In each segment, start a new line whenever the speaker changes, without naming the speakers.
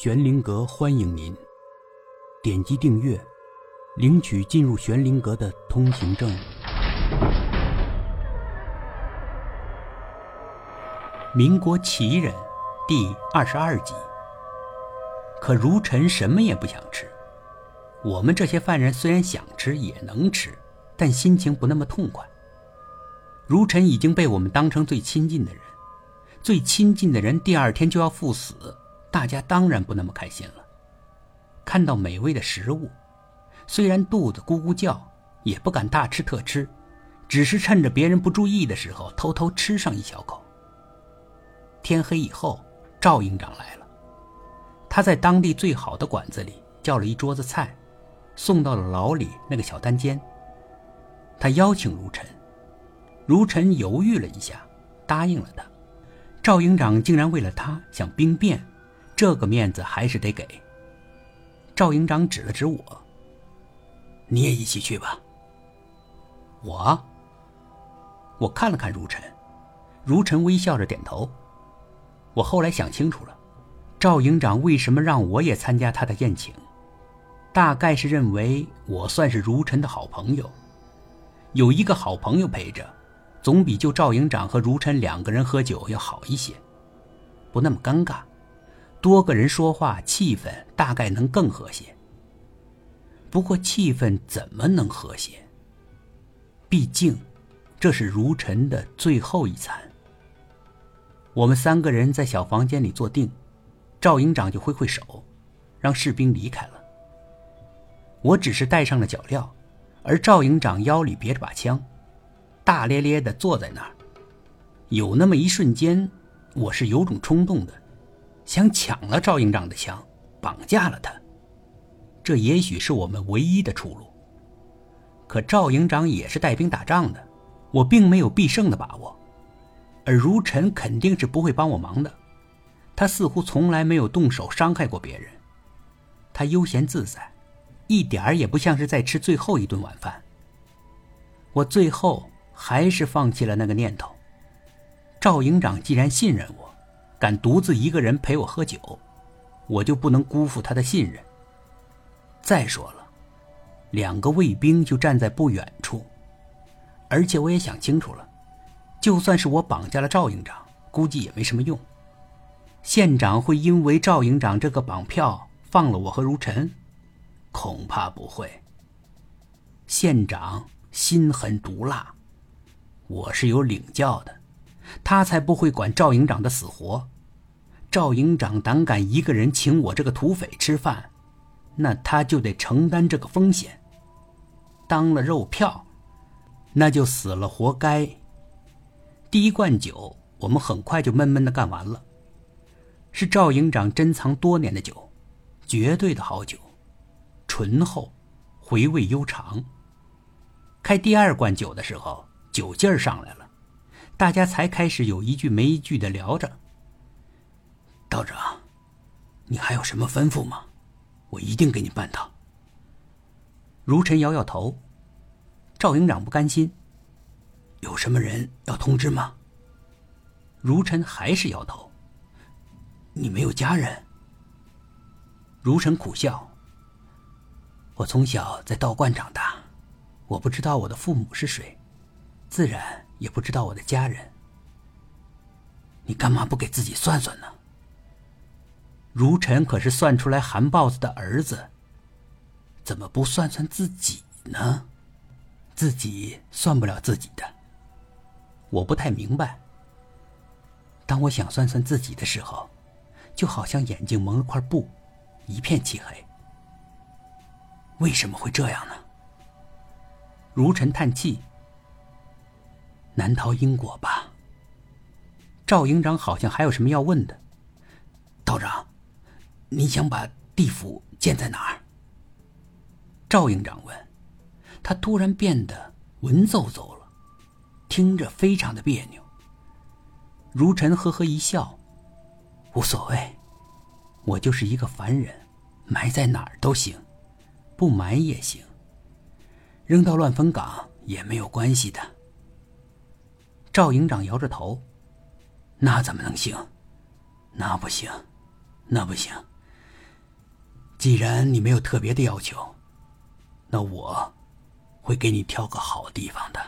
玄灵阁欢迎您，点击订阅，领取进入玄灵阁的通行证。民国奇人第22集。可如尘什么也不想吃。我们这些犯人虽然想吃也能吃，但心情不那么痛快。如尘已经被我们当成最亲近的人，最亲近的人第二天就要赴死，大家当然不那么开心了。看到美味的食物，虽然肚子咕咕叫，也不敢大吃特吃，只是趁着别人不注意的时候偷偷吃上一小口。天黑以后，赵营长来了，他在当地最好的馆子里叫了一桌子菜，送到了牢里那个小单间。他邀请如尘，如尘犹豫了一下，答应了他。赵营长竟然为了他想兵变，这个面子还是得给。赵营长指了指我：“你也一起去吧。”我看了看如尘，如尘微笑着点头。我后来想清楚了，赵营长为什么让我也参加他的宴请，大概是认为我算是如尘的好朋友，有一个好朋友陪着，总比就赵营长和如尘两个人喝酒要好一些，不那么尴尬，多个人说话，气氛大概能更和谐。不过气氛怎么能和谐？毕竟这是如尘的最后一餐。我们三个人在小房间里坐定，赵营长就挥挥手，让士兵离开了。我只是带上了脚镣，而赵营长腰里别着把枪，大咧咧地坐在那儿。有那么一瞬间，我是有种冲动的，想抢了赵营长的枪，绑架了他。这也许是我们唯一的出路。可赵营长也是带兵打仗的，我并没有必胜的把握。而如尘肯定是不会帮我忙的，他似乎从来没有动手伤害过别人。他悠闲自在，一点儿也不像是在吃最后一顿晚饭。我最后还是放弃了那个念头。赵营长既然信任我，敢独自一个人陪我喝酒，我就不能辜负他的信任。再说了，两个卫兵就站在不远处，而且我也想清楚了，就算是我绑架了赵营长，估计也没什么用。县长会因为赵营长这个绑票放了我和如尘？恐怕不会。县长心狠毒辣，我是有领教的，他才不会管赵营长的死活。赵营长胆敢一个人请我这个土匪吃饭，那他就得承担这个风险。当了肉票，那就死了活该。第一罐酒我们很快就闷闷地干完了，是赵营长珍藏多年的酒，绝对的好酒，醇厚，回味悠长。开第二罐酒的时候，酒劲儿上来了，大家才开始有一句没一句地聊着。道长，你还有什么吩咐吗？我一定给你办到。如尘摇摇头。赵营长不甘心，有什么人要通知吗？如尘还是摇头。你没有家人？如尘苦笑。我从小在道观长大，我不知道我的父母是谁，自然也不知道我的家人。你干嘛不给自己算算呢？如尘可是算出来韩豹子的儿子，怎么不算算自己呢？自己算不了自己的。我不太明白。当我想算算自己的时候，就好像眼睛蒙了块布，一片漆黑。为什么会这样呢？如尘叹气。难逃因果吧。赵营长好像还有什么要问的。道长，你想把地府建在哪儿？赵营长问。他突然变得文绉绉了，听着非常的别扭。如尘呵呵一笑，无所谓，我就是一个凡人，埋在哪儿都行，不埋也行，扔到乱坟岗也没有关系的。赵营长摇着头，那怎么能行？那不行，那不行， 既然你没有特别的要求，那我会给你挑个好地方的。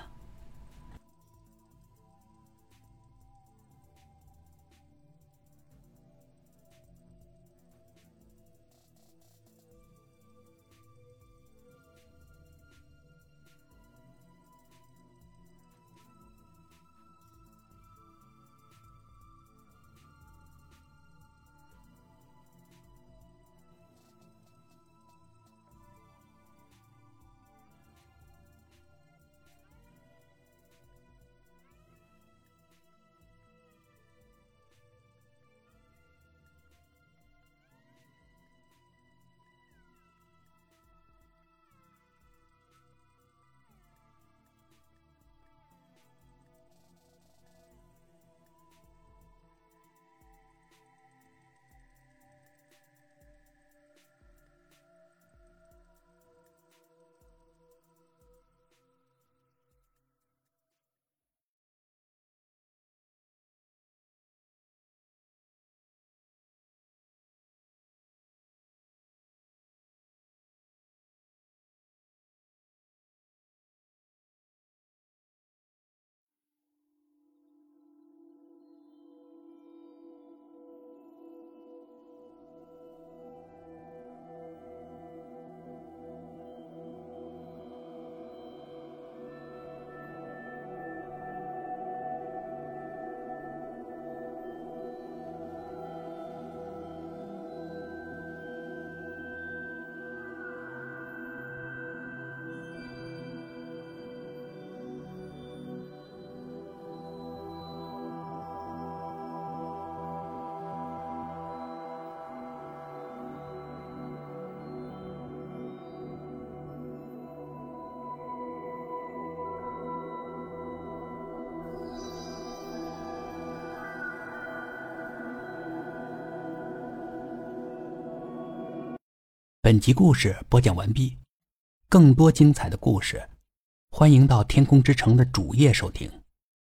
本集故事播讲完毕，更多精彩的故事，欢迎到天空之城的主页收听。